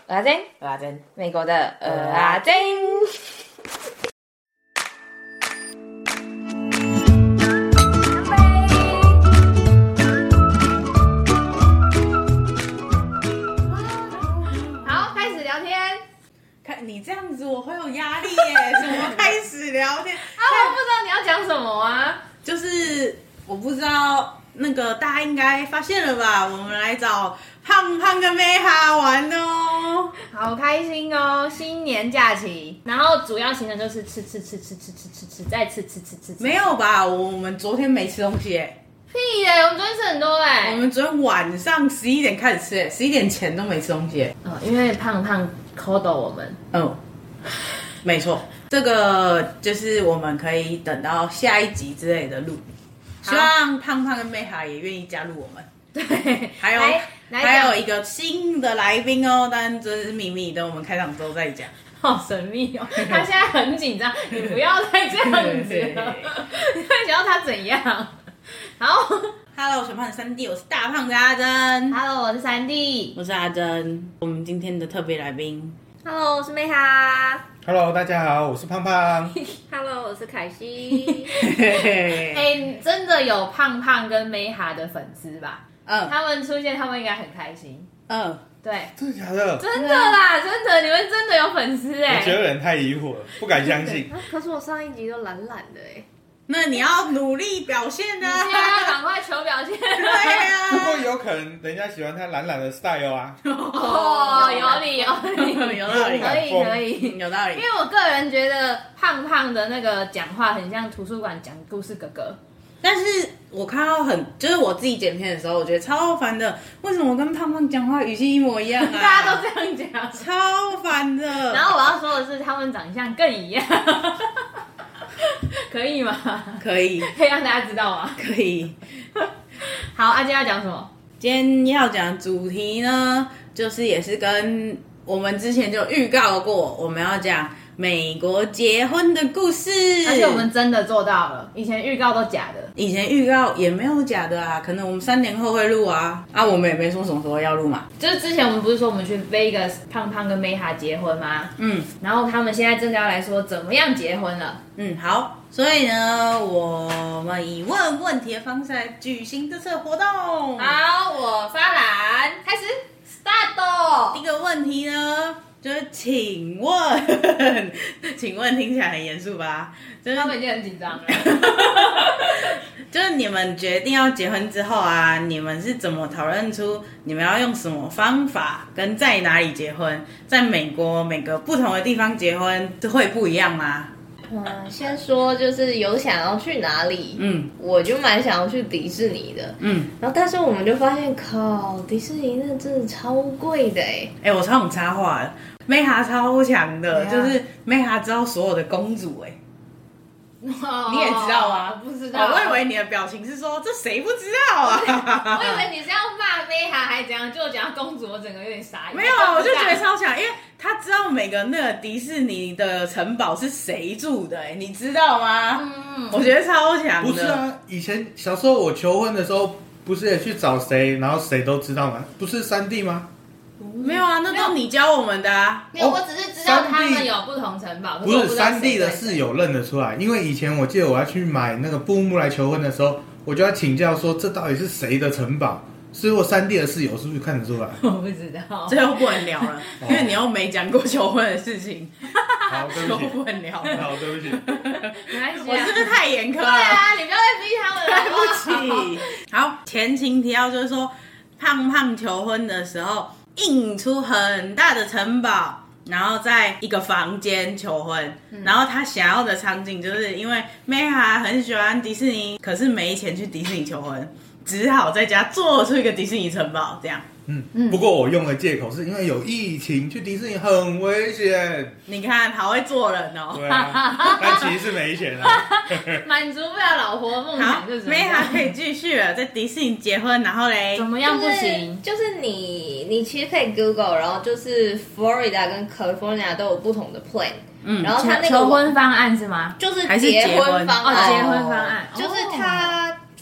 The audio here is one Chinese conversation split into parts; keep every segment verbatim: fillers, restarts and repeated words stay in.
蚵仔煎， 蚵仔煎， 美国的蚵仔煎。好，开始聊天。 看你这样子，我会有压力耶。怎么开始聊天？ 啊，我不知道你要讲什么啊。 就是我不知道，那个大家应该发现了吧？我们来找胖胖跟妹哈玩哦， 好开心哦！新年假期，然后主要行程就是吃吃吃吃吃吃吃吃，再吃吃吃吃。 没有吧？我们昨天没吃东西耶。 屁耶！我们昨天吃很多哎。 我们昨天晚上十一点开始吃，十一点前都没吃东西。 哦，因为胖胖抠抖我们。 嗯，没错，这个就是我们可以等到下一集之类的录。希望胖胖跟妹哈也愿意加入我们。 对， 还有来来还有一个新的来宾哦，但这是秘密，等我们开场之后再讲。 好神秘哦，他现在很紧张，你不要再这样子了。你会想要他怎样？好 ，Hello， 小胖的三弟，我是大胖的阿珍。 ，Hello， 我是三弟， 我是阿珍，我们今天的特别来宾。 Hello， 我是妹哈。 Hello， 大家好，我是胖胖。 Hello， 我是凯西。哎、欸，真的有胖胖跟妹哈的粉丝吧？嗯，他们出现，他们应该很开心。嗯，对， 真的假的？ 真的啦，真的，你们真的有粉丝哎、欸！ 我觉得有点太离谱了，不敢相信。 可是我上一集都懒懒的哎、欸。 那你要努力表现啊！ 你现在要赶快求表现。 对啊。 不过有可能人家喜欢他懒懒的 style 啊。 哦，有理有理有道理， 可以可以， 有道理。 因为我个人觉得胖胖的那个讲话很像图书馆讲故事哥哥。 但是我看到很，就是我自己剪片的时候，我觉得超烦的。为什么我跟胖胖讲话语气一模一样啊？ 大家都这样讲， 超烦的。 然后我要说的是，他们长相更一样。可以吗？ 可以， 可以让大家知道吗？ 可以。 好，阿、啊、今天要讲什么？ 今天要讲的主题呢，就是也是跟我们之前就预告过，我们要讲美国结婚的故事， 而且我们真的做到了，以前预告都假的， 以前预告也没有假的啊，可能我们三年后会录啊，啊，我们也没说什么时候要录嘛。 就是之前我们不是说我们去 Vegas 胖胖跟妹哈结婚吗？嗯，然后他们现在真的要来说怎么样结婚了。嗯， 好，所以呢，我们以问问题的方式来举行这次的活动。 好，我发蓝，开始 start。 第一个问题呢，就是请问，请问听起来很严肃吧？就是他们已经很紧张了。 就是你们决定要结婚之后啊，你们是怎么讨论出你们要用什么方法，跟在哪里结婚？在美国每个不同的地方结婚会不一样吗？ 嗯，先说就是有想要去哪里，嗯，我就蛮想要去迪士尼的，嗯，然后但是我们就发现，靠，迪士尼那真的超贵的哎， 哎、欸，我超想插话了，妹哈超强的，就是妹哈知道所有的公主哎、欸。 哦、 你也知道吗？ 我不知道、 哦，我以为你的表情是说这谁不知道啊？ 我以为你是要骂妹哈还怎样，就讲到公主，我整个有点傻眼。 没有啊，我就觉得超强，因为他知道每个那个迪士尼的城堡是谁住的、欸，你知道吗？嗯，我觉得超强的。 不是啊，以前小时候我求婚的时候，不是也去找谁，然后谁都知道吗？不是三弟吗？ 没有啊，那都是你教我们的啊。 没有，我只是知道他们有不同城堡。 不是三弟的室友认得出来，因为以前我记得我要去买那个布木来求婚的时候，我就要请教说这到底是谁的城堡，所以我三弟的室友是不是看得出来？ 我不知道， 这又不能聊了，因为你又没讲过求婚的事情。 好，对不起， 不能聊。 好，对不起。 没关系、啊， 我是不是太严苛了？对啊，你不要再逼他们了。 对不起。好，前情提要就是说，胖胖求婚的时候。印出很大的城堡，然后在一个房间求婚、嗯、然后他想要的场景就是因为妹哈很喜欢迪士尼，可是没钱去迪士尼求婚，只好在家做出一个迪士尼城堡这样。 嗯嗯，不过我用的借口是因为有疫情，去迪士尼很危险。 你看，好会做人哦。 对啊，但其实是没钱啊。 满足不了老婆梦想就是。 妹哈可以继续了，在迪士尼结婚，然后嘞， 怎么样不行？ 就是、就是你，你其实可以 Google， 然后就是 Florida 跟 California 都有不同的 plan。嗯，然后他那个求婚方案是吗？ 就是结婚方案， 哦，结婚方案， 就是他。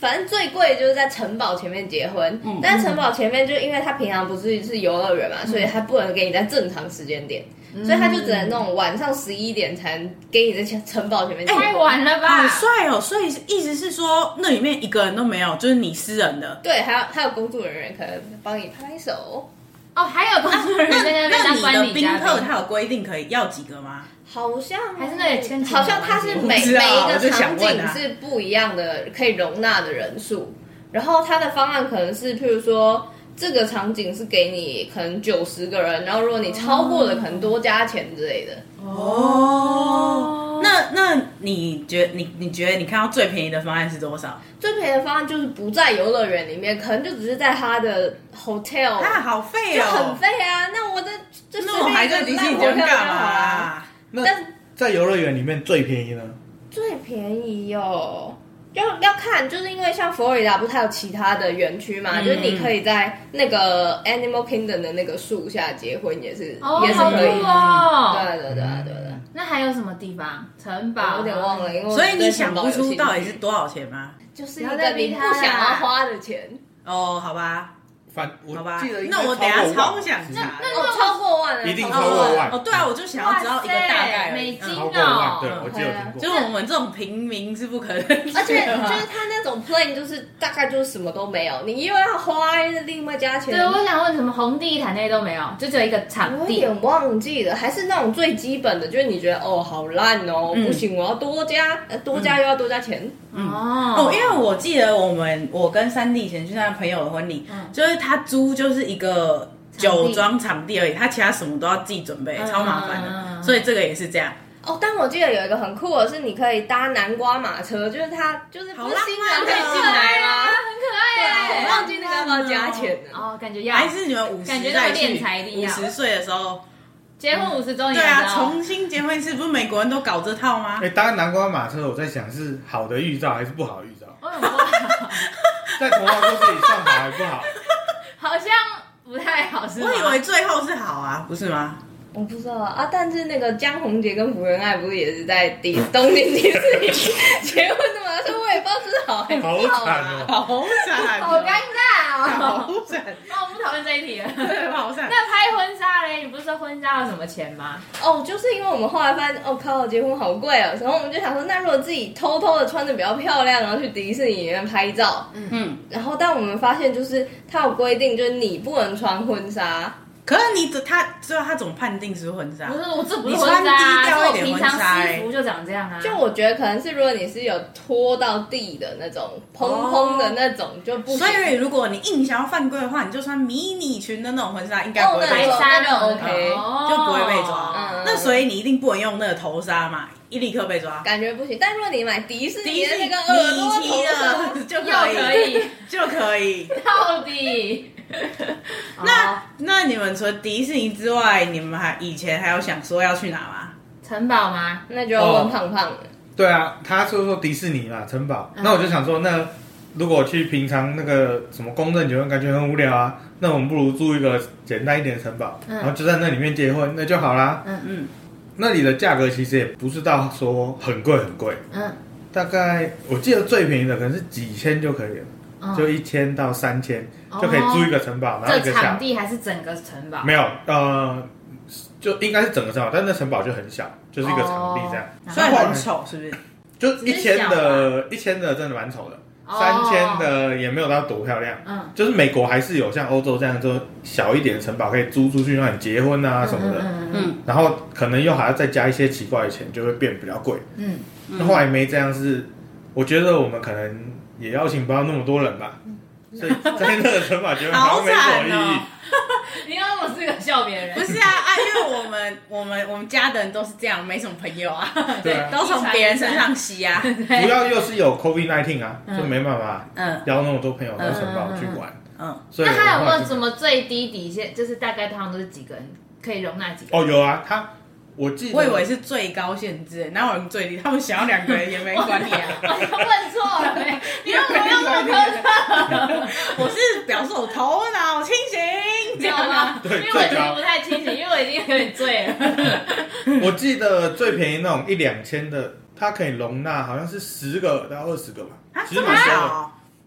反正最贵就是在城堡前面结婚，嗯、但是城堡前面就因为他平常不是是游乐园嘛，嗯、所以他不能给你在正常时间点，嗯、所以他就只能那种晚上十一点才能给你在城堡前面结婚。 太晚了吧？ 好帅哦！所以意思是说那里面一个人都没有，就是你私人的。 对，还有还有工作人员可能帮你拍手。 哦，还有工作人员在那边当管理嘉宾。 那你的宾客他有规定可以要几个吗？ 好像还是那里签， 好像它是每每一个场景是不一样的，可以容纳的人数。然后它的方案可能是，譬如说这个场景是给你可能九十个人，然后如果你超过了，可能多加钱之类的。 哦，那那你觉得你你觉得你看到最便宜的方案是多少？ 最便宜的方案就是不在游乐园里面，可能就只是在他的 hotel。 啊，好废哦，就很废啊！那我的那我还在迪士尼干嘛啦？ 那在游乐园里面最便宜呢？ 最便宜哦，要要看，就是因为像佛罗里达不是它有其他的园区嘛，嗯、就是你可以在那个 Animal Kingdom 的那个树下结婚，也是、 哦、 也是可以。 哦、 对对对对对。 那还有什么地方？城堡？ 我有点忘了，因为所以你想不出到底是多少钱吗？ 就是一个你不想要花的钱。 哦，好吧。 反好吧，那我等一下超想查， 那哦超过万了， 一定超过万哦。对啊，我就想要知道一个大概美金哦，对，我记得有听过。 就是我们这种平民是不可能， 而且就是他那种 plane 就是大概就是什么都没有，你又要花另外加钱。 对，我想问什么红地毯那些都没有，就只有一个场地。 我有点忘记了，还是那种最基本的，就是你觉得哦好烂哦，不行，我要多加，多加又要多加钱。 哦，因为我记得我们我跟三弟以前去他朋友的婚礼，就是他租就是一个酒庄场地而已，他其他什么都要自己准备，超麻烦的，所以这个也是这样。 哦，但我记得有一个很酷的是，你可以搭南瓜马车，就是它就是不是新人可以进来吗？ 很可爱耶！ 我忘记那个要不要加钱了。 哦，感觉要。 还是你们五十感觉那个练财力， 五十岁的时候结婚五十周年， 对啊，重新结婚一次，不是美国人都搞这套吗？ 哎，搭南瓜马车，我在想是好的预兆还是不好的预兆？ 为什么不好？ 在童话故事里算好还不好？ 好像不太好，是吗？ 我以为最后是好啊，不是吗？ 我不知道啊，但是那个江宏杰跟福原爱不是也是在迪东京迪士尼结婚的吗？所以我也不知道是好还是不好啊， 好惨， 好尴尬哦， 好惨。 那我们不讨论这一题了， 好惨。 那拍婚纱嘞？你不是说婚纱要什么钱吗？ 哦，就是因为我们后来发现，哦靠，结婚好贵哦，然后我们就想说，那如果自己偷偷的穿的比较漂亮，然后去迪士尼里面拍照，嗯，然后但我们发现就是它有规定，就是你不能穿婚纱。 可是你他知道他怎么判定是婚纱？ 不是，我这不是婚纱啊，是我平常私服就长这样啊。 就我觉得可能是，如果你是有拖到地的那种蓬蓬的那种就不行。 所以如果你硬想要犯规的话，你就穿迷你裙的那种婚纱，应该不会被抓， 那就 OK， 就不会被抓。那所以你一定不能用那个头纱嘛，一立刻被抓。 感觉不行。但如果你买迪士尼的那个耳朵头纱，就可以，就可以。 到底？ 那那你们除了迪士尼之外，你们还以前还有想说要去哪吗？ 城堡吗？ 那就要问胖胖了。 对啊，他说说迪士尼嘛，城堡。那我就想说，那如果去平常那个什么公证结婚，感觉很无聊啊。那我们不如住一个简单一点的城堡，然后就在那里面结婚，那就好啦。嗯嗯。那里的价格其实也不是到说很贵很贵。嗯。大概我记得最便宜的可能是几千就可以了。就一千到三千就可以租一个城堡，然后一个这场地还是整个城堡？ 没有，呃，就应该是整个城堡，但那城堡就很小，就是一个场地这样， 所以很丑，是不是？ 就一千的，一千的真的蛮丑的，三千的也没有到多漂亮。嗯，就是美国还是有像欧洲这样，就小一点的城堡可以租出去让你结婚啊什么的。嗯嗯，然后可能又还要再加一些奇怪的钱，就会变比较贵。嗯，那后来没这样是，我觉得我们可能。也邀请不到那么多人吧，所以在那个城堡觉得好像没什么意义。 你要我是个笑别人？ 不是啊啊，因为我们我们我们家的人都是这样，没什么朋友啊，对，都从别人身上吸啊。 主要又是有 COVID 十九 啊，就没办法，嗯，邀那么多朋友到城堡去玩，嗯。 那他有没有什么最低底线？就是大概通常都是几个人可以容纳几个人？ 哦，有啊，他。我记得我以为是最高限制，哪有人最低？他们想要两个人也没管你啊！ 问错了，你为什么要那么苛刻？ 我是表示我头脑清醒， 知道吗？ 对， 因为我已经不太清醒，因为我已经有点醉了。 我记得最便宜那种一两千的，它可以容纳好像是十个到二十个吧， 其实蛮小。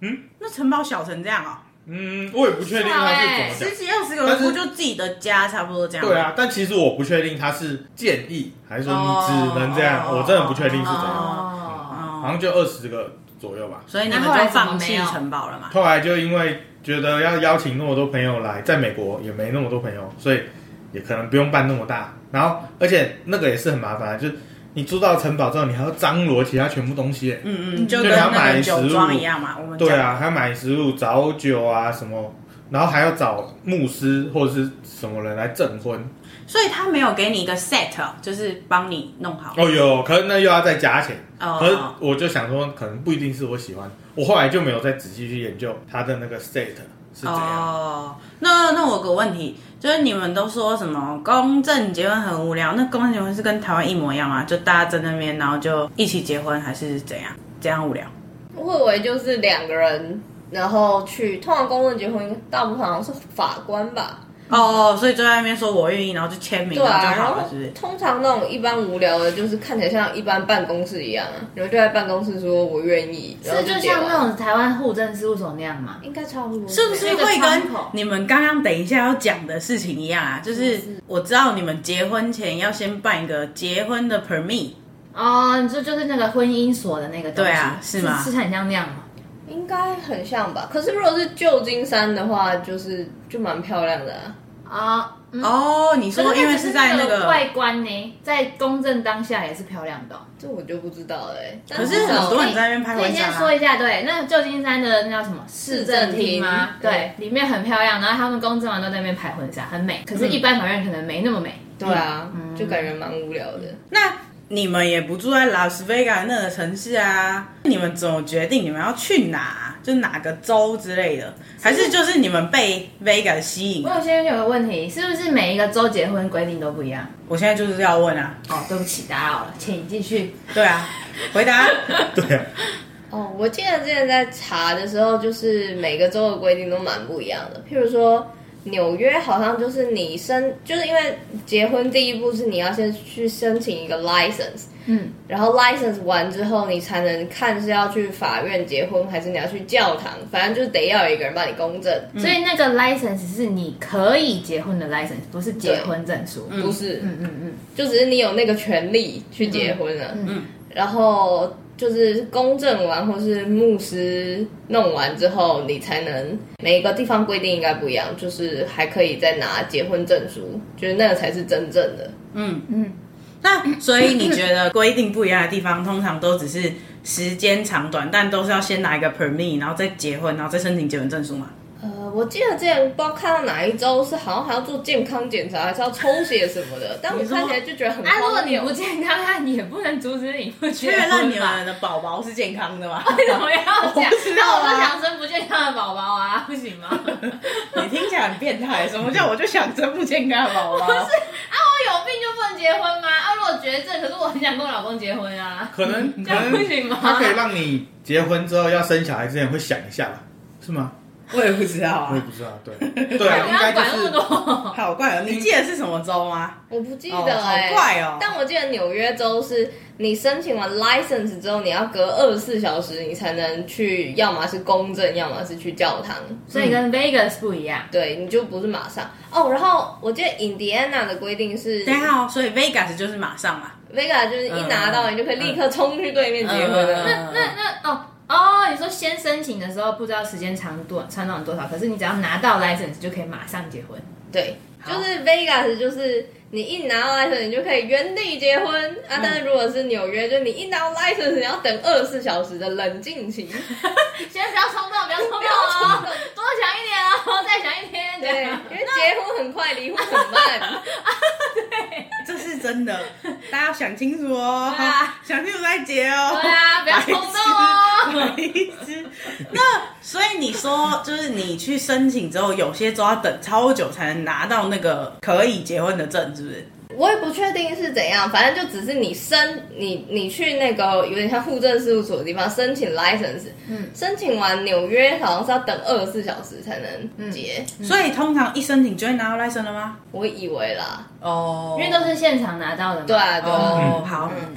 嗯，那城堡小成这样哦。 嗯，我也不确定它是怎么讲， 十几二十个不就自己的家差不多这样。 对啊，但其实我不确定它是建议还是说你只能这样，哦、我真的不确定是怎样。哦、好像就二十个左右吧。 所以你们就放弃城堡了嘛？ 后来就因为觉得要邀请那么多朋友来，在美国也没那么多朋友，所以也可能不用办那么大。然后，而且那个也是很麻烦，就是你租到城堡之后，你还要张罗其他全部东西。 嗯嗯，就跟那个酒庄一样嘛。我们对啊，还要买食物、找酒啊什么，然后还要找牧师或者是什么人来证婚。 所以他没有给你一个 set， 就是帮你弄好。 哦，有，可是那又要再加钱。哦，可是我就想说，可能不一定是我喜欢。我后来就没有再仔细去研究他的那个 set 是怎样。 哦，那那我有个问题，就是你们都说什么公证结婚很无聊，那公证结婚是跟台湾一模一样吗？就大家在那边，然后就一起结婚，还是怎样？这样无聊？ 我以为就是两个人，然后去，通常公证结婚大部分好像是法官吧。 哦，所以就在那边说我愿意，然后就签名， 对啊， 就好了，是不是？ 通常那种一般无聊的，就是看起来像一般办公室一样啊，然后就在办公室说我愿意， 是就像那种台湾户政事务所那样嘛？ 应该差不多。 是不是会跟你们刚刚等一下要讲的事情一样啊？就是我知道你们结婚前要先办一个结婚的 permit 哦，你说就是那个婚姻所的那个东西， 对啊，是吗？ 是很像那样吗？ 应该很像吧。可是如果是旧金山的话，就是就蛮漂亮的啊。 啊、 嗯、哦，你说因为是在那个外观呢，在公证当下也是漂亮的、哦， 这我就不知道哎、 欸。可是很多人在那边拍婚纱、啊。 先说一下，对，那旧金山的那叫什么市政厅吗？对，里面很漂亮，然后他们公证完都在那边拍婚纱，很美。可是，一般法院可能没那么美。 对啊，嗯、就感觉蛮无聊的。 那你们也不住在拉斯维加那个城市啊？你们怎么决定你们要去哪？就哪个州之类的？还是就是你们被 Vegas 吸引？ 我有先有个问题，是不是每一个州结婚规定都不一样？ 我现在就是要问啊。 哦，对不起，打扰了，请继续。 对啊，回答。 对啊。 哦，我记得之前在查的时候，就是每个州的规定都蛮不一样的。譬如说，纽约好像就是你申，就是因为结婚第一步是你要先去申请一个 license。嗯，然后 license 完之后，你才能看是要去法院结婚，还是你要去教堂，反正就是得要有一个人帮你公证。 嗯、所以那个 license 是你可以结婚的 license， 不是结婚证书， 不是，嗯嗯嗯，就只是你有那个权利去结婚了。嗯，嗯然后就是公证完或是牧师弄完之后，你才能每一个地方规定应该不一样，就是还可以再拿结婚证书，就是那个才是真正的。嗯嗯。 那所以你觉得规定不一样的地方，通常都只是时间长短，但都是要先拿一个 permit， 然后再结婚，然后再申请结婚证书吗？ 呃，我记得之前不知道看到哪一周是好像还要做健康检查，还是要抽血什么的，但我看起来就觉得很荒谬。 啊，如果你不健康，那你也不能阻止你不结婚吧？ 确认你们的宝宝是健康的吗？ 为什么要讲？那我就想生不健康的宝宝啊，不行吗？ 你听起来很变态，什么叫我就想生不健康的宝宝？ 不是啊，我有病就不能结婚吗？啊，如果绝症，可是我很想跟我老公结婚啊， 可能这样不行吗？ 他可以让你结婚之后要生小孩之前会想一下吧，是吗？ 我也不知道啊， 我也不知道，对对啊，应该就是好怪哦。你记得是什么州吗？ 我不记得哎、 欸哦，好怪哦。 但我记得纽约州是你申请完 license 之后，你要隔二十四小时你才能去，要么是公证，要么是去教堂， 所以跟 Vegas 不一样。 嗯、对，你就不是马上哦。然后我记得 Indiana 的规定是， 对啊，所以 Vegas 就是马上嘛 ，Vegas 就是一拿到、嗯、你就可以立刻冲去对面结婚了。 嗯嗯、那那那哦。哦，你说先申请的时候不知道时间长多长短多少，可是你只要拿到 license 就可以马上结婚。 对，就是 Vegas 就是你一拿到 license 你就可以原地结婚啊，但是如果是纽约，就你一拿到 license 你要等二十四小时的冷静期。 先不要冲动，不要冲动哦，多想一点哦，再想一天。 对，因为结婚很快，离婚很慢。啊， 对， 这是真的，大家要想清楚哦，对啊，想清楚再结哦。 对啊，不要冲动哦。 那所以你说，就是你去申请之后，有些州要等超久才能拿到那个可以结婚的证，是不是？ 我也不确定是怎样，反正就只是你申你你去那个有点像户政事务所的地方申请 license， 嗯，申请完纽约好像是要等二十四小时才能结， 嗯、所以通常一申请就会拿到 license 了吗？ 我以为啦， 哦，因为都是现场拿到的嘛。 对啊，对啊， 哦，好。 嗯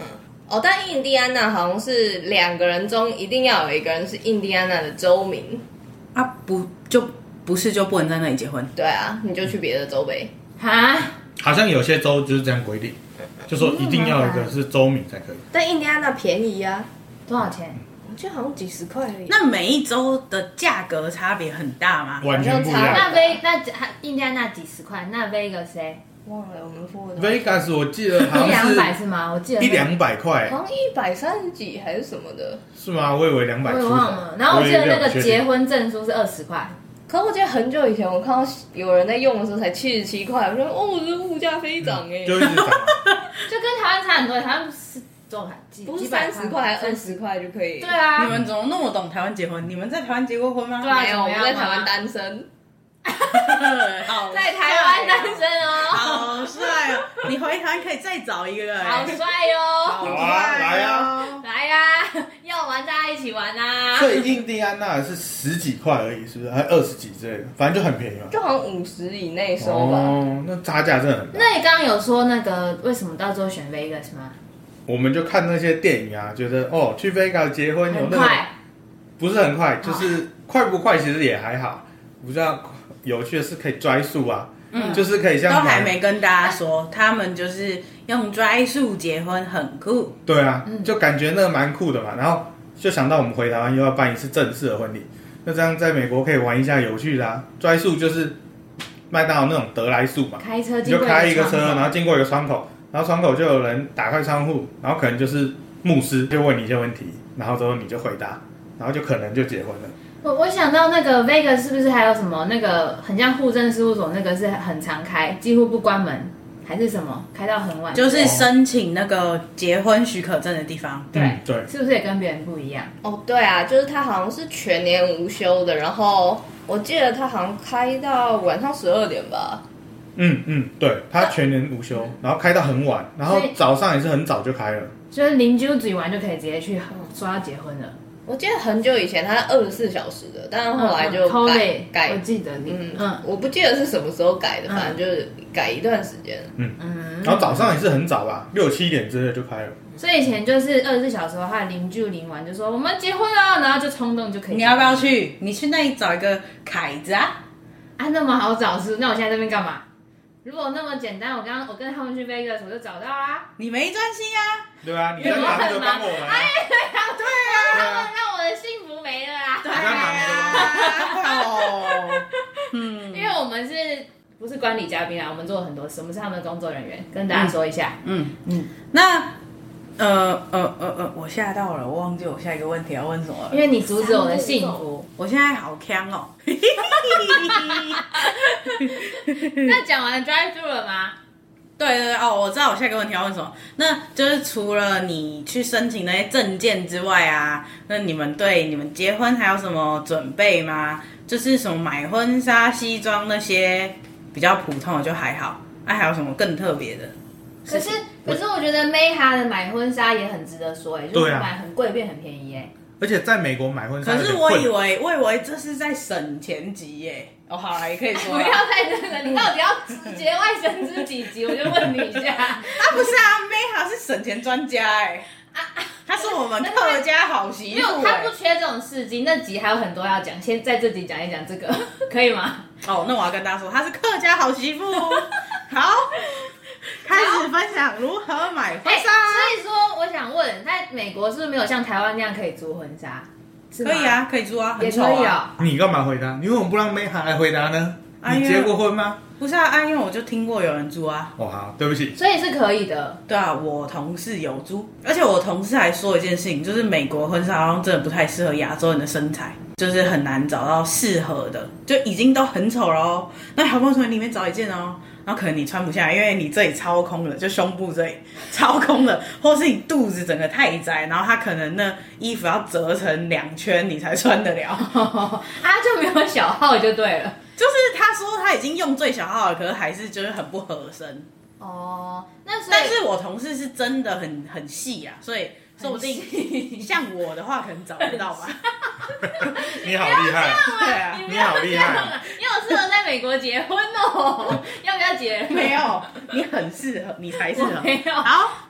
哦，但印第安纳好像是两个人中一定要有一个人是印第安纳的州民啊，不就不是就不能在那里结婚？ 对啊，你就去别的州呗。 哈， 好像有些州就是这样规定，就说一定要有一个是州民才可以。 但印第安纳便宜啊， 多少钱？ 我记得好像几十块而已。 那每一州的价格差别很大吗？ 完全不一样。 那 V 那印第安纳几十块，那 Vegas 谁？ 忘了我们付的 Vegas 我记得好像是一两百是吗？我记得一两百块， 好像一百三十几还是什么的， 是吗？我以为两百出头。 我也忘了。然后我记得那个结婚证书是二十块， 可我记得很久以前我看到有人在用的时候才七十七块，我说哦，这物价飞涨哎， 就一直涨， 就跟台湾差很多，台湾是多几不是三十块还是二十块就可以？ 对啊， 你们怎么那么懂台湾结婚？你们在台湾结过婚吗？ 对啊， 没有，我们在台湾单身。 在台湾单身哦， 好帅哦！你回台湾可以再找一个， 好帅哦！ 好啊，来啊， 来呀，要玩大家一起玩啊！ 所以印第安纳是十几块而已，是不是？还二十几之类的，反正就很便宜嘛， 就好像五十以内收吧。 哦，那差价真的很大。 那你刚刚有说那个为什么到最后选 Vegas 吗？ 我们就看那些电影啊，觉得哦，去 Vegas 结婚有那个，不是很快，就是快不快其实也还好。不知道有趣的是可以drive through啊，嗯，就是可以像都还没跟大家说，他们就是用drive through结婚，很酷。 对啊，就感觉那个蛮酷的嘛。然后就想到我们回台湾又要办一次正式的婚礼，那这样在美国可以玩一下有趣的啊。drive through就是麦当劳那种得来速嘛， 开车你就开一个车，然后经过一个窗口，然后窗口就有人打开窗户，然后可能就是牧师就问你一些问题，然后之后你就回答，然后就可能就结婚了。 我我想到那个 Vegas 是不是还有什么那个很像户政事务所那个是很常开，几乎不关门，还是什么开到很晚？ 就是申请那个结婚许可证的地方。 对、 嗯、对， 是不是也跟别人不一样？ 哦，对啊，就是它好像是全年无休的，然后我记得它好像开到晚上十二点吧。 嗯嗯，对，它全年无休，然后开到很晚，然后早上也是很早就开了， 就是邻居聚完就可以直接去说要结婚了。 我记得很久以前它是二十四小时的，但是后来就改、 嗯、 改。 我记得你， 嗯嗯，我不记得是什么时候改的，嗯、反正就是改一段时间。 嗯嗯，然后早上也是很早吧，六七点之类就开了。 所以以前就是二十四小时的话，邻居领完就说我们结婚了，然后就冲动就可以。 你要不要去？你去那里找一个凯子啊？ 啊，那么好找是？那我现在这边干嘛？如果那么简单，我刚刚我跟他们去 Vegas 我就找到啦。 你没专心啊？ 对啊，你在忙就帮我了。 哎，对啊，对啊，让我的幸福没了啊。 你在忙的哦， 嗯，因为我们是不是观礼嘉宾啊？我们做了很多事，我们是他们的工作人员，跟大家说一下。 嗯嗯，那呃呃呃呃，我吓到了，我忘记我下一个问题要问什么了。 因为你阻止我的幸福， 我现在好呛哦。 那讲完 drive through 了吗？ 对对对哦，我知道我下一个问题要问什么。那就是除了你去申请那些证件之外啊，那你们对你们结婚还有什么准备吗？就是什么买婚纱、西装那些比较普通的就还好，那、啊、还有什么更特别的？ 可是可是我觉得 Mayha 的买婚纱也很值得说哎、欸，就是买很贵变很便宜哎、欸。 而且在美国买婚纱， 可是我以为我以为这是在省钱级耶。哦，好啦，也可以说。 不要太那个，你到底要节外生枝几集？我就问你一下。 啊，不是啊 ，Mayha 是省钱专家哎。啊，他是我们客家好媳妇。 没有，他不缺这种事情。那集还有很多要讲，先在这集讲一讲这个，可以吗？ 哦，那我要跟大家说，他是客家好媳妇。好。开始分享如何买婚纱、欸。 所以说，我想问，在美国是不是没有像台湾那样可以租婚纱？ 可以啊，可以租啊， 也可以啊。 你干嘛回答？你为什么不让 Mayha 来回答呢？啊、你结过婚吗？ 不是啊，啊，因为我就听过有人租啊。 哦，好，对不起。 所以是可以的。 对啊，我同事有租，而且我同事还说一件事情，就是美国婚纱好像真的不太适合亚洲人的身材，就是很难找到适合的，就已经都很丑了哦。那好不容易从里面找一件哦。然后可能你穿不下来，因为你这里超空的，就胸部这里超空的，或是你肚子整个太窄，然后他可能那衣服要折成两圈你才穿得了， 啊就没有小号就对了。 就是他说他已经用最小号了，可是还是就是很不合身。 哦，那所以但是我同事是真的很很细啊，所以说不定像我的话可能找不到吧。 你好厉害， 对啊， 你好厉害， 你好适合在美国结婚哦。要不要结？ 没有，你很适合，你才适合。 没有。 好，Mayha，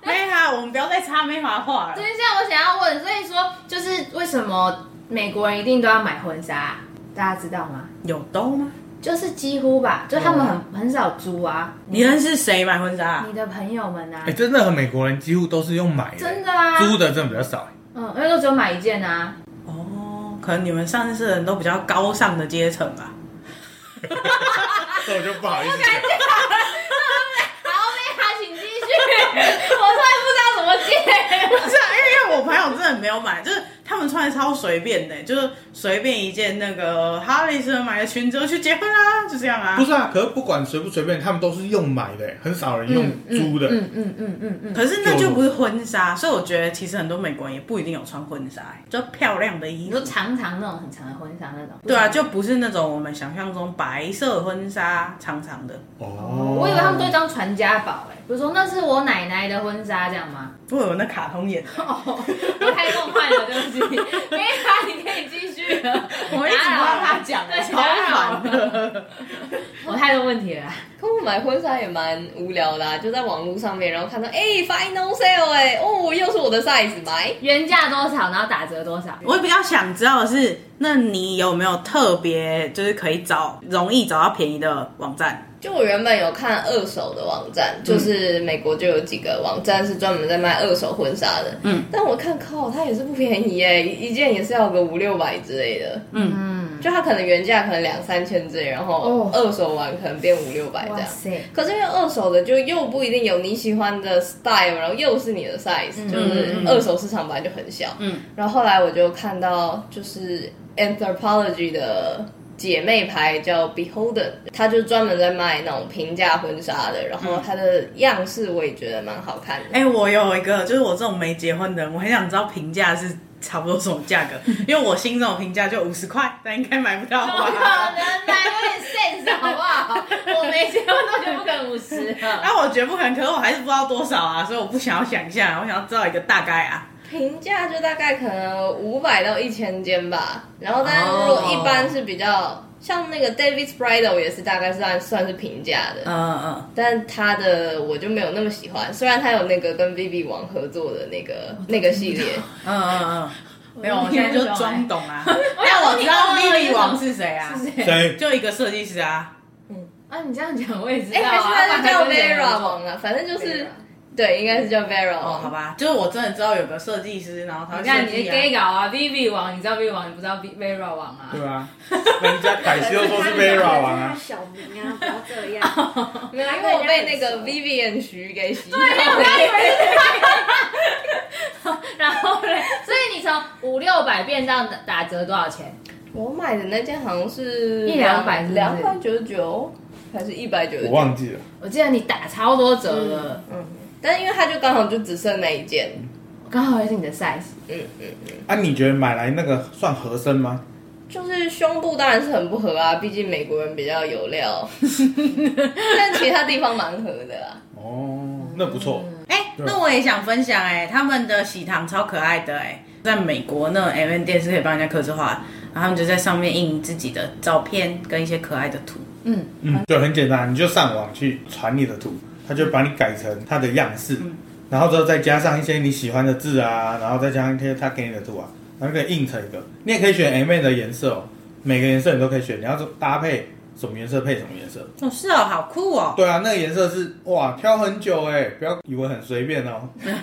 了，我们不要再插美发话了。 对，现在我想要问，所以说就是为什么美国人一定都要买婚纱？大家知道吗？ 有都吗？ 就是几乎吧，就他们很、嗯、很少租啊。 你认识谁买婚纱？ 你的朋友们啊。 哎、欸，真的和美国人几乎都是用买的， 真的啊， 租的真的比较少。 嗯，因为都只有买一件啊。 哦，可能你们上市的人都比较高尚的阶层吧。 这我就不好意思讲。 好，美卡，请继续。我突然不知道怎么接。 不是、啊，因为我朋友真的没有买，就是他们穿的超随便的，就是随便一件那个哈雷斯买的裙子就去结婚啦、啊，就这样啊。 不是啊，可是不管随不随便，他们都是用买的，很少人用租的。 嗯嗯嗯嗯嗯。 可是那就不是婚纱，所以我觉得其实很多美国人也不一定有穿婚纱，就漂亮的衣服， 就长长那种很长的婚纱那种。 对啊，就不是那种我们想象中白色婚纱长长的。 哦，我以为他们都当传家宝哎，比如说那是我奶奶的婚纱这样吗？ 我以为那卡通演的。 哦，我太梦幻了，对不起。没他，你可以继续了。 我一直不让他讲，超烦的。 我太多问题了。 可我买婚纱也蛮无聊的、啊，就在网络上面，然后看到哎、欸、final sale 哎、欸，哦又是我的 size 买， 原价多少，然后打折多少。 我比较想知道的是，那你有没有特别就是可以找容易找到便宜的网站？ 就我原本有看二手的网站，就是美国就有几个网站是专门在卖二手婚纱的，嗯，但我看靠，它也是不便宜耶，一件也是要个五六百之类的，嗯嗯，就它可能原价可能两三千之类，然后二手完可能变五六百这样，可是因为二手的就又不一定有你喜欢的 style， 然后又是你的 size，、嗯、就是二手市场本来就很小，嗯，然后后来我就看到就是 Anthropologie 的姐妹牌叫 Beholden， 它就专门在卖那种平价婚纱的，然后它的样式我也觉得蛮好看的。 哎、欸，我有一个，就是我这种没结婚的人，我很想知道平价是差不多什么价格，因为我心中的平价就五十块，但应该买不到吧？ 怎么可能买？有点 sense 好不好？我没结婚都绝不可能五十。 那我绝不可能，可是我还是不知道多少啊，所以我不想要想象，我想要知道一个大概啊。 平价就大概可能五百到一千间吧，然后但是如果一般是比较、oh. 像那个 David's Bridal 也是大概算算是平价的，嗯嗯，但他的我就没有那么喜欢，虽然他有那个跟 Vivi 王合作的那个那个系列，嗯嗯嗯， 没有，我现在就装懂啊，但我知道 Vivi 王是谁啊？ 谁？ 就一个设计师啊， 嗯啊，你这样讲我也知道、啊， 哎、欸，还是他就叫 Vera 王啊，反正就是。对，应该是叫 Vera 王、 哦，好吧，就是我真的知道有个设计师，然后他、啊、 你看你的 gay 稿啊 ，Vivi 王，你知道 Vivi 王，你不知道 Vera 王啊？ 对啊，人家凯西都说是 Vera 王啊， 小名啊，不要这样。 没有，因为我被那个 Vivian 徐给洗脑了。 对，我刚以为是他。然后呢？所以你从五六百变到打折多少钱？ 我买的那件好像是一两百， 两百九十九还是一百九十九？ 我忘记了。 我记得你打超多折了， 嗯。嗯但因为它就刚好就只剩那一件， 刚好也是你的 size。 嗯嗯嗯。 啊，你觉得买来那个算合身吗？ 就是胸部当然是很不合啊，毕竟美国人比较有料，但其他地方蛮合的啊。 哦，那不错。 哎、嗯欸，那我也想分享哎、欸，他们的喜糖超可爱的哎、欸，在美国那种 M and 店是可以帮人家客制化，然后他们就在上面印自己的照片跟一些可爱的图。嗯嗯，就很简单，你就上网去传你的图。他就把你改成它的样式、嗯，然后之后再加上一些你喜欢的字啊，然后再加上一些他给你的图啊，然后可以印成一个。你也可以选 M and 的颜色哦，每个颜色你都可以选，你要搭配什么颜色配什么颜色。 哦，是哦，好酷哦。 对啊，那个颜色是哇，挑很久哎，不要以为很随便哦。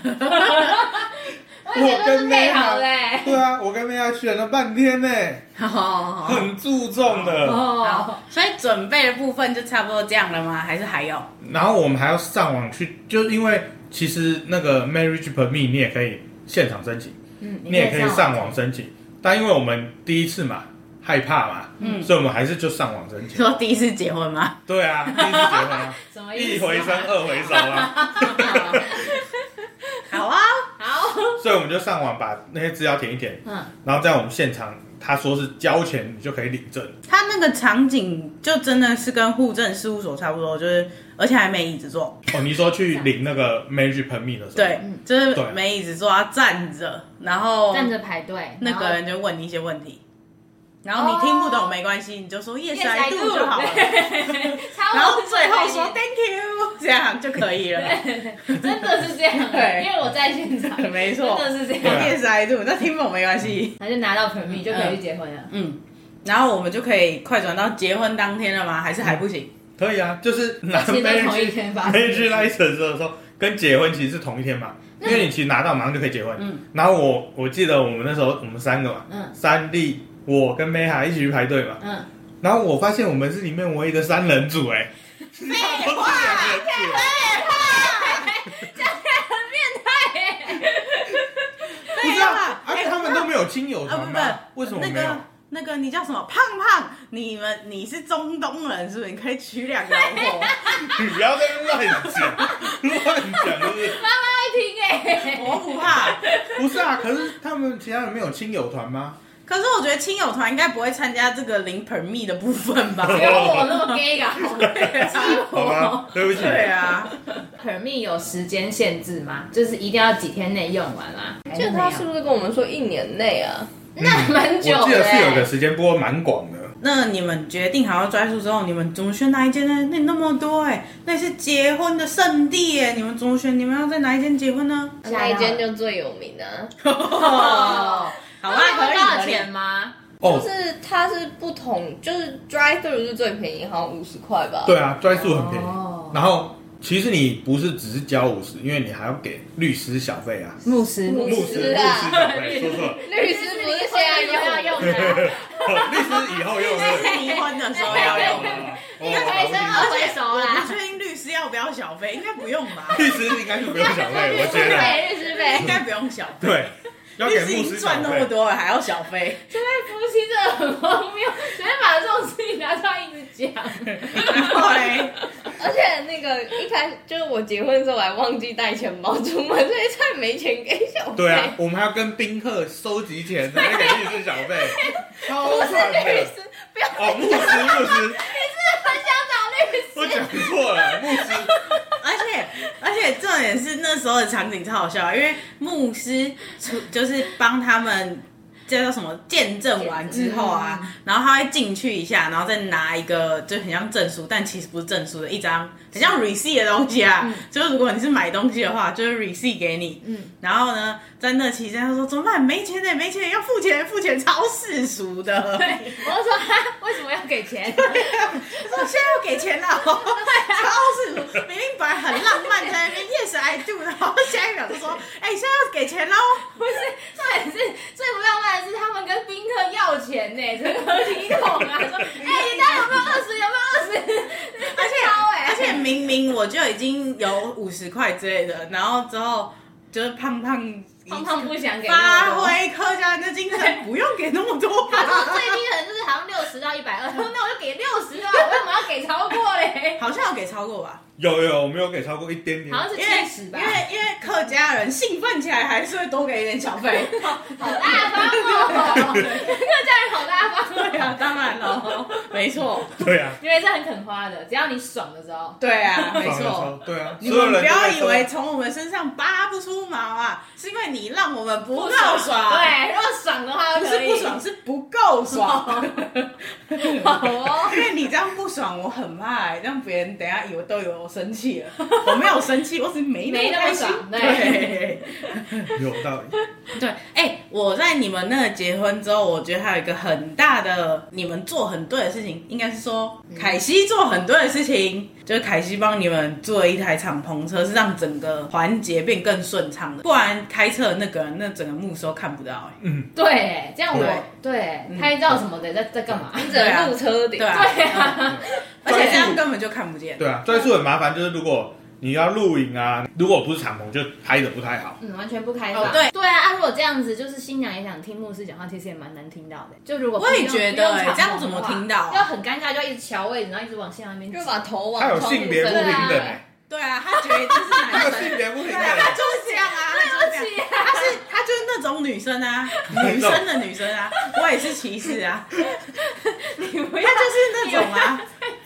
我跟配好嘞， 对啊，我跟妹亚选了半天呢，很注重的哦。所以准备的部分就差不多这样了吗？还是还有？ 然后我们还要上网去，就因为其实那个 marriage permit 你也可以现场申请，嗯，你也可以上网申请。但因为我们第一次嘛，害怕嘛，嗯，所以我们还是就上网申请。 说第一次结婚吗？ 对啊，第一次结婚啊，什么意思？一回生二回熟啊。 好啊， 好， 所以我们就上网把那些资料填一填，嗯，然后在我们现场，他说是交钱你就可以领证。 他那个场景就真的是跟户政事务所差不多，就是而且还没椅子坐。 哦，你说去领那个 marriage permit 的时候， 对，就是没椅子坐，要站着，然后站着排队， 那个人就问你一些问题。 然后你听不懂没关系，你就说 yes I do 就好了，然后最后说 thank you， 这样就可以了。 真的是这样，因为我在现场， 没错， 真的是这样。 yes I do， 那听不懂没关系， 那就拿到 permit 就可以去结婚了。 嗯，然后我们就可以快转到结婚当天了吗？还是还不行？ 可以啊，就是拿 marriage license 的时候，跟结婚其实是同一天嘛，因为你其实拿到马上就可以结婚。嗯，然后我我记得我们那时候我们三个嘛，嗯，三弟。我跟 Meha 一起去排队嘛，嗯，然后我发现我们是里面唯一的三人组，哎， 废话，废话，讲起来很变态耶， 不是啊，而且他们都没有亲友团吗？为什么没有？ 那个你叫什么胖胖？你们你是中东人是不是？你可以娶两个老婆。 你不要在那乱讲，乱讲就是。 妈妈会听哎， 我不怕。 不是啊，可是他们其他人没有亲友团吗？ 可是我觉得亲友团应该不会参加这个零 permit 的部分吧？ 只有我那么 gay 啊！ 好吧，对不起。 对啊 ，permit 有时间限制吗？就是一定要几天内用完啦？ 记得他是不是跟我们说一年内啊？ 那蛮久的。 我记得是有个时间，不过蛮广的。 那你们决定好要拽宿之后，你们怎么选哪一间呢？那那么多哎、欸，那是结婚的圣地哎、欸，你们怎么选？你们要在哪一间结婚呢？ 哪一间就最有名啊。 哦好吧，可以多少钱吗？ 就是它是不同，就是 drive through 是最便宜，好像五十块吧。 对啊 ，drive through 很便宜。哦、然后其实你不是只是交五十，因为你还要给律师小费啊。 牧师， 牧师，牧师小费，说错了。 律师不是现在又要用的、 啊，律师以后用的， 离婚的时候要用的。 应该可以生二回熟啦。 我不确定律师要不要小费，应该不用吧？ 律师应该是不用小费，我觉得。 律师费应该不用小费。 对。 律师已经赚那么多了，还要小费？ 这对夫妻真的很荒谬，随便把这种事情拿出来一直讲。 对， 而且那个一开始就是我结婚的时候，我还忘记带钱包出门，所以才没钱给小费。 对啊，我们还要跟宾客收集钱才给律师小费，超惨的。 律师，不要哦，牧师，牧师， 你是很想找律师？ 我讲错了，牧师。 而且而且重点是那时候的场景超好笑，因为牧师出就是帮他们叫做什么见证完之后啊，嗯、然后他会进去一下，然后再拿一个就很像证书，但其实不是证书的一张很像 receipt 的东西啊。嗯、就是如果你是买东西的话，就是 receipt 给你。嗯，然后呢，在那期间他说怎么办？没钱呢，没钱要付钱，付钱超世俗的。 对，我就说哈，为什么要给钱？ 对啊，我说现在要给钱了，超世俗。明明本来很浪漫，在那边 yes I do， 然后下一秒就说哎、欸，现在要给钱喽。 不是，重点是最不浪漫的是他们跟宾客要钱呢，成何体统啊？说哎，你家有没有二十？有没有二十？ 而且而且明明我就已经有五十块之类的，然后之后就是胖胖。 胖胖不想给发挥客家人的精神，不用给那么多。 他说最低可能就是好像六十到一百二，那我就给六十啊，我为什么要给超过嘞？ 好像有给超过吧？ 有有，我没有给超过一点点， 好像是七十吧。 因为因为客家人兴奋起来还是会多给一点小费， 好大方哦！客家人好大方， 对啊，当然了，没错， 对啊， 因为是很肯花的，只要你爽的时候， 对啊，没错， 对啊， 你们不要以为从我们身上扒不出毛啊，是因为你让我们不够爽， 对，如果爽的话不是不爽，是不够爽， 好哦， 因为你这样不爽，我很怕，让别人等一下以为都以为我生气了。我没有生气，我只是没那么开心。 对， 有道理。 对，哎、欸，我在你们那个结婚之后，我觉得还有一个很大的，你们做很对的事情，应该是说凯西做很对的事情，就是凯西帮你们做了一台敞篷车，是让整个环节变更顺畅的。不然开车的那个人，那整个幕都看不到、欸。 嗯， 对，这样我对拍照什么的，在在干嘛？ 你只能录车顶。 对啊，对啊嗯、而且这样根本就看不见。 对啊，drive through很麻烦，就是如果你要录影啊，如果不是敞篷，就拍的不太好。 嗯，完全不开放。 哦、对对啊，啊，如果这样子，就是新娘也想听牧师讲话，其实也蛮难听到的。就如果我也觉得、欸，这样怎么听到、啊？ 要很尴尬，就要一直瞧位置，然后一直往新娘那边， 就把头往。 他有性别不平等、欸。 对啊，他觉得这是男生。 性别不平等。 对啊，他就是这样啊， 对不起、啊， 他是他就是那种女生啊，女生的女生啊，我也是歧视啊。 你不要， 他就是那种啊。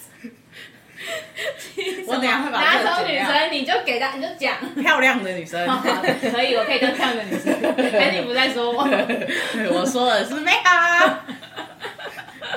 我等一下会把哪种女生你就给她，你就讲漂亮的女生， 可以，我可以跟漂亮的女生。但你不在说我， 我说的是Meha。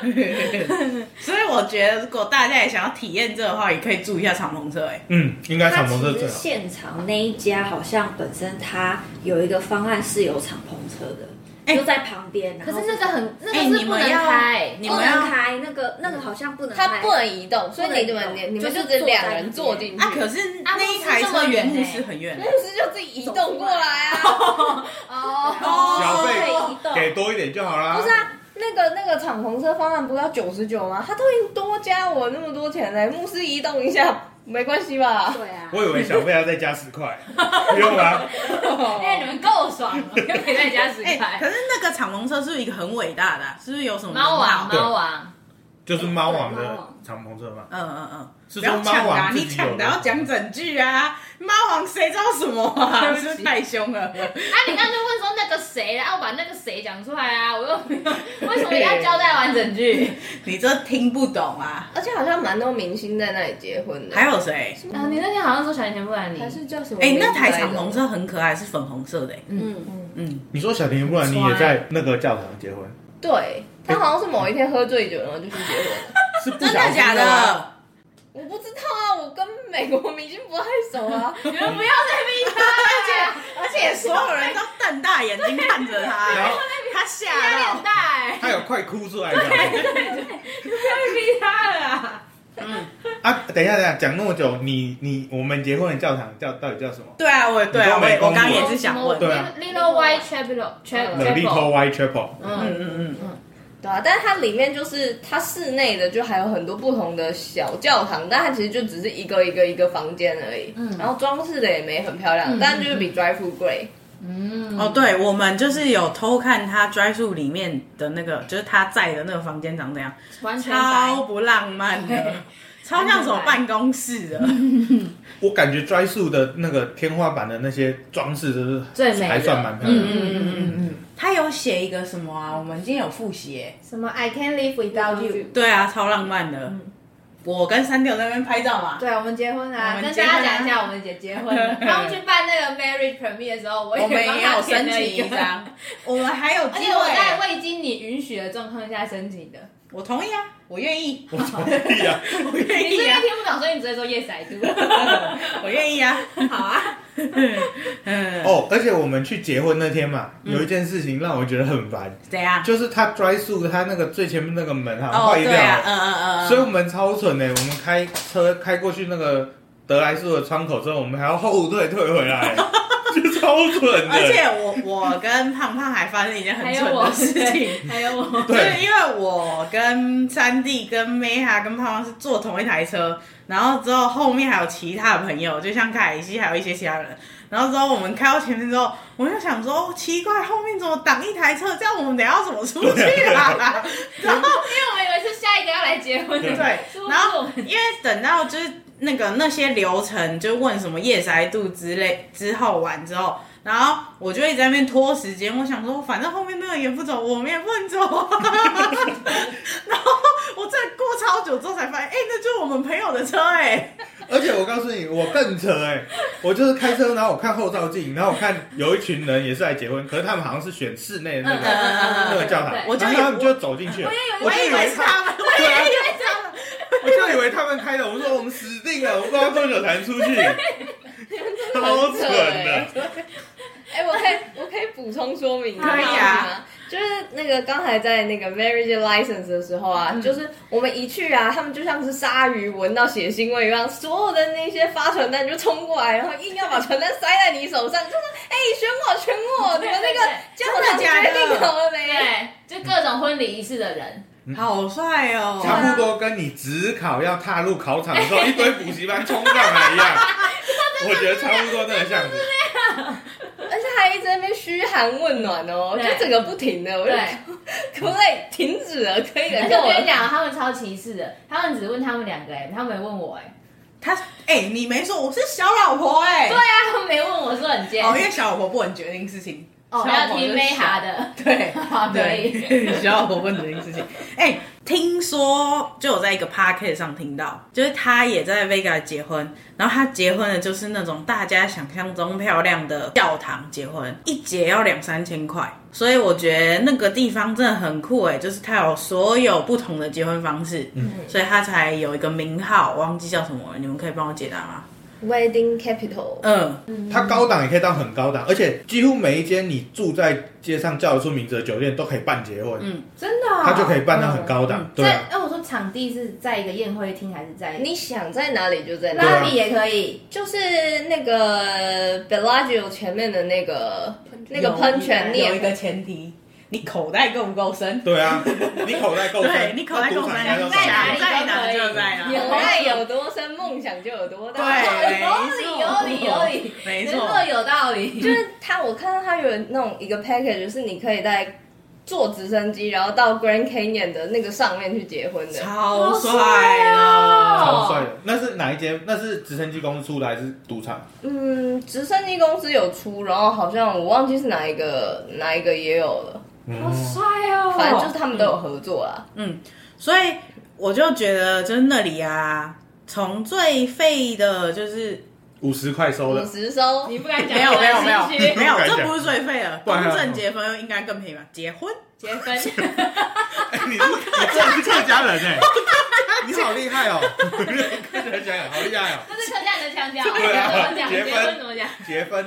所以我觉得，如果大家也想要体验这个的话，也可以住一下敞篷车。哎， 嗯，应该敞篷车最好。 现场那一家好像本身它有一个方案是有敞篷车的。就在旁边， 可是那个很，那个是不能开， 不能开，那个那个好像不能开， 它不能移动，所以你们你们就只两人坐进去。 啊，可是那一台车远牧师很远， 牧师就自己移动过来啊。 哦，小费给多一点就好啦。 不是啊，那个那个敞篷车方案不是要九十九吗？他都已经多加我那么多钱嘞，牧师移动一下。没关系吧？ 对啊， 我以为小费要再加十块，不用啦。 因为你们够爽了，又可以再加十块。 可是那个敞篷车是不是一个很伟大的、啊？是不是有什么猫王？猫王就是猫王的敞篷车嘛。 嗯嗯嗯， 是说猫王你抢的要讲整句啊！猫王谁知道什么啊？是不是太凶了？啊， 你刚刚就问说那个谁啦，我把那个谁讲出来啊！我又没有，为什么要交代完整句？ 你这听不懂啊！ 而且好像蛮多明星在那里结婚的。 还有谁？ 啊，你那天好像说小甜甜布兰妮， 还是叫什么？ 哎，那台敞篷车很可爱，是粉红色的。嗯嗯嗯。你说小甜甜布兰妮也在那个教堂结婚？ 对，他好像是某一天喝醉酒，然后就去结婚。 是真的假的？ 我不知道啊，我跟美国明星不太熟啊。 你们不要再逼他，而且而且所有人都瞪大眼睛看着他，然后他吓到， 压力很大哎， 他有快哭出来的。 对对对，不要逼他了啊。 嗯啊，等一下，等一下，讲那么久，你你我们结婚的教堂叫到底叫什么？ 对啊，我对啊，我我刚刚也是想问， 对啊 ，Little White Chapel，The Little White Chapel。 嗯嗯嗯嗯。 对啊，但是它里面就是它室内的就还有很多不同的小教堂，但它其实就只是一个一个一个房间而已，嗯，然后装饰的也没很漂亮，嗯、但就是比 Drive Thru 贵。 嗯，哦，对，我们就是有偷看他 Drive Thru 里面的那个，就是他在的那个房间长怎样， 完全超不浪漫的，超像什么办公室的。 我感觉 Drive Thru 的那个天花板的那些装饰都是最美， 还算蛮漂亮的。 嗯嗯嗯嗯。他有写一个什么啊？我们今天有复习耶， 什么 I can't live without you。 对啊，超浪漫的。嗯、我跟三弟有在那边拍照嘛。 对，我们结婚啊，跟大家讲一下，我们也结婚了。他们去办那个 marriage permit 的时候，我也也有申请一张。我们还有机会，而且我在未经你允许的状况下申请的。 我同意啊，我愿意。 我同意啊， 我愿意啊。 你是因为听不懂，所以你直接说 yes I do。 我愿意啊， 好啊。 嗯哦，而且我们去结婚那天嘛，嗯、有一件事情让我觉得很烦。 怎样？ 就是他 Drive Thru 他那个最前面那个门好像坏掉了， 啊、嗯嗯嗯， 所以我们超蠢的，我们开车开过去那个德莱素的窗口之后，我们还要后退退回来。就超蠢的， 而且我我跟胖胖还发生一件很蠢的事情， 还有我， 对，因为我跟三弟、跟妹哈、跟胖胖是坐同一台车，然后之后后面还有其他的朋友，就像凯西还有一些其他人，然后之后我们开到前面之后，我就想说奇怪，后面怎么挡一台车？这样我们等一下要怎么出去啊？然后因为我们以为是下一个要来结婚的， 对，然后因为等到就是。那个那些流程就问什么yes I do之类之后完之后，然后我就一直在那边拖时间。我想说，反正后面那个也不走，我们也不能走。然后我再过超久之后才发现，哎、欸，那就是我们朋友的车哎、欸。 而且我告诉你，我更扯哎、欸，我就是开车，然后我看后照镜，然后我看有一群人也是来结婚，可是他们好像是选室内的那个、嗯、那个教堂， 我就他们就走进去了， 我就以为是他们，我也以为是他们。 我就以为他们开的，我说我们死定了，我不知道多久才能出去，超蠢的。 哎、欸，我可以我可以补充说明， 可以啊。 就是那个刚才在那个 marriage license 的时候啊，嗯、就是我们一去啊，他们就像是鲨鱼闻到血腥味一样，所有的那些发传单就冲过来，然后硬要把传单塞在你手上，就说：“哎、欸，选我，选我！你们那个教堂决定好了没？” 对，就各种婚礼仪式的人。 好帅哦！ 差不多跟你指考要踏入考场的时候，一堆补习班冲上来一样，我觉得差不多那个样子。 而且还一直在那边嘘寒问暖哦，就整个不停的，我就可不可以停止了？可以的。 而且我跟你讲，他们超歧视的，他们只问他们两个哎，他们没问我哎。 他哎、欸，你没说我是小老婆哎、欸。 对啊，他们没问我说很贱。 哦，因为小老婆不能决定事情。 哦，要听梅哈的， 对， 对， 需要我问这件事情。哎、欸，听说就有在一个 podcast 上听到，就是他也在 Vega 结婚，然后他结婚的就是那种大家想象中漂亮的教堂结婚，一结要两三千块，所以我觉得那个地方真的很酷哎，就是他有所有不同的结婚方式，嗯，所以他才有一个名号，我忘记叫什么了，你们可以帮我解答吗 ？Wedding Capital， 嗯， 它高档也可以到很高档，而且几乎每一间你住在街上叫得出名字的酒店都可以办结婚， 嗯，真的、哦， 它就可以办到很高档，嗯、对啊。 那我说场地是在一个宴会厅还是在？ 你想在哪里就在哪里，拉比也可以， 就是那个 Bellagio 前面的那个那个喷泉， 有一个前提。你口袋够不够深？ 对啊，你口袋够深， 对你口袋够深， 在哪里在哪就在哪。 口袋有多深，梦想就有多大。 对， 有理有理有理， 没错， 有道理。 就是他，我看到他有那种一个 package， 就是你可以在坐直升机，然后到 Grand Canyon 的那个上面去结婚的， 超帅的， 超帅的。那是哪一间？那是直升机公司出的还是赌场？ 嗯，直升机公司有出，然后好像我忘记是哪一个，哪一个也有了。 好帅哦！ 反正就是他们都有合作啦。 嗯，所以我就觉得，就是那里啊，从最废的，就是五十块收的， 五十收， 你不敢讲？ 没有没有没有没有， 这不是最废的。公证结婚应该更便宜吧？结婚结婚， 哎，你你这是客家人哎，你好厉害哦！客家人好厉害哦！ 这是客家人的腔调。 对啊， 结婚怎么讲？ 结婚。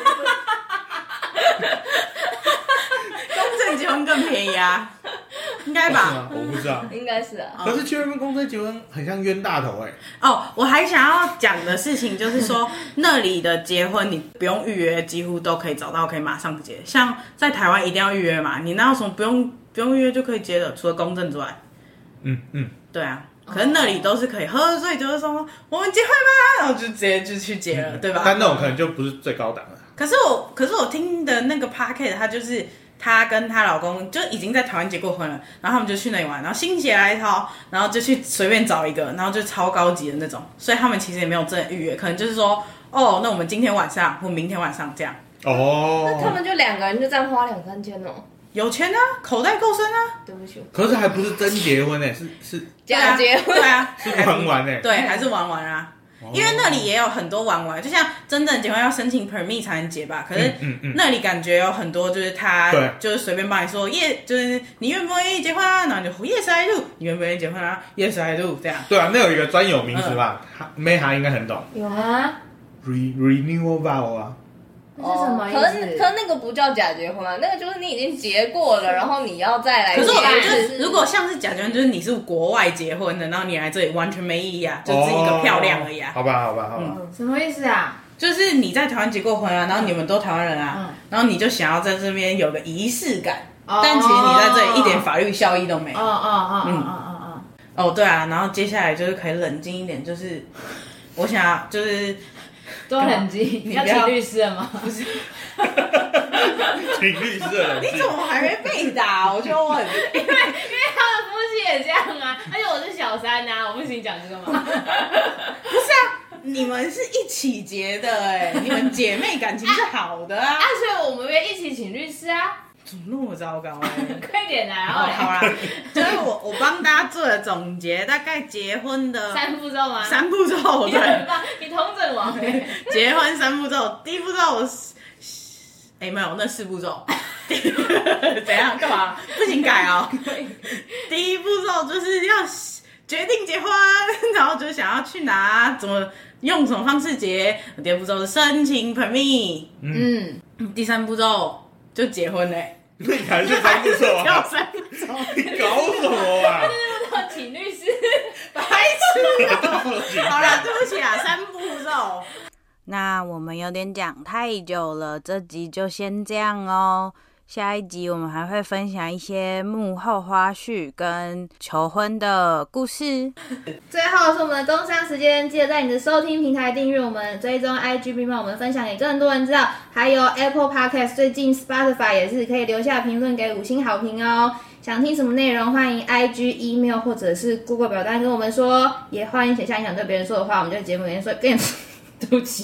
公证结婚更便宜啊，应该吧？ 我不知道， 应该是啊。 可是去那边公证结婚很像冤大头哎、 欸。哦，我还想要讲的事情就是说，那里的结婚你不用预约，几乎都可以找到，可以马上结。像在台湾一定要预约嘛，你哪有什么不用不用预约就可以结的？除了公证之外， 嗯嗯， 对啊。可是那里都是可以喝醉，就是说我们结婚吧，然后就直接就去结了，嗯、对吧？ 但那种可能就不是最高档的。 可是我，可是我听的那个 podcast， 他就是她跟她老公就已经在台湾结过婚了，然后他们就去那里玩，然后心血来潮，然后就去随便找一个，然后就超高级的那种，所以他们其实也没有真的预约，可能就是说，哦，那我们今天晚上或明天晚上这样。 哦， 那他们就两个人就这样花两三千哦。 有钱啊，口袋够深啊。 对不起， 可是还不是真结婚哎、欸，是是假结婚， 对啊， 是玩玩哎、欸， 对，还是玩玩啊。因为那里也有很多玩玩，就像真正结婚要申请 permit 才能结吧。可是那里感觉有很多，就是他就是随便帮你说耶，就是你愿不愿意结婚啊？然后就 yes I do， 你愿不愿意结婚啊 ？yes I do， 这样。 对啊，那有一个专有名词吧，梅哈应该很懂。 有啊 ，re renewal vow 啊。 这是什么意思？ 可是可是那个不叫假结婚啊，那个就是你已经结过了，然后你要再来结。 可是我觉得，如果像是假结婚，就是你是国外结婚的，然后你来这里完全没意义啊，就只是一个漂亮而已啊。 好吧，好吧，好吧。 嗯，什么意思啊？ 就是你在台湾结过婚啊，然后你们都台湾人啊，嗯、然后你就想要在这边有个仪式感，哦、但其实你在这里一点法律效益都没有。 哦哦哦嗯哦哦哦。哦，对啊，然后接下来就是可以冷静一点，就是我想要就是。 多冷静，你要请律师了吗？ 不是， 请律师了。 你怎么还没被打？我就问， 因为因为他们夫妻也这样啊，而且我是小三啊，我不行讲这个吗？ 不是啊，你们是一起结的哎、欸，你们姐妹感情是好的啊。 啊，所以我们约一起请律师啊。 怎么那么糟糕哎、 欸？快点来啊！ 好啦，就是我我帮大家做了总结，大概结婚的三步骤吗？ 三步骤， 对，很棒，你同整王哎。 结婚三步骤，第一步骤我，哎、欸、没有，那四步骤，怎样干嘛？不行改哦。第一步骤就是要决定结婚，然后就想要去哪，怎么用什么方式结。第二步骤是申请 permit， 嗯，第三步骤就结婚嘞、欸。 那你还是三步骤啊？ 要三步骤， 你搞什么啊？ 要请律师， 白痴啊！好啦，对不起啊，三步骤。那我们有点讲太久了，这集就先这样哦。下一集我们还会分享一些幕后花絮跟求婚的故事。 最后是我们的工商时间，记得在你的收听平台订阅我们，追踪 I G 并帮我们分享给更多人知道。还有 Apple Podcast， 最近 Spotify 也是可以留下评论给五星好评哦。想听什么内容，欢迎 I G、email 或者是 Google 表单跟我们说，也欢迎写下你想对别人说的话，我们就节目里面说跟你说。对不起，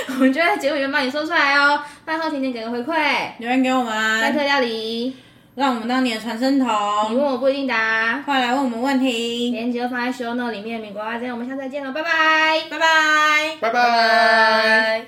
我们就在节目里面帮你说出来哦。饭后甜点给个回馈， 留言给我三特们， 料理， 让我们当你的传声筒。 你问我不一定答， 快来问我们问题， 链接放在 show note 里面。米国阿珍，我们下次再见了，拜拜， 拜拜， 拜拜。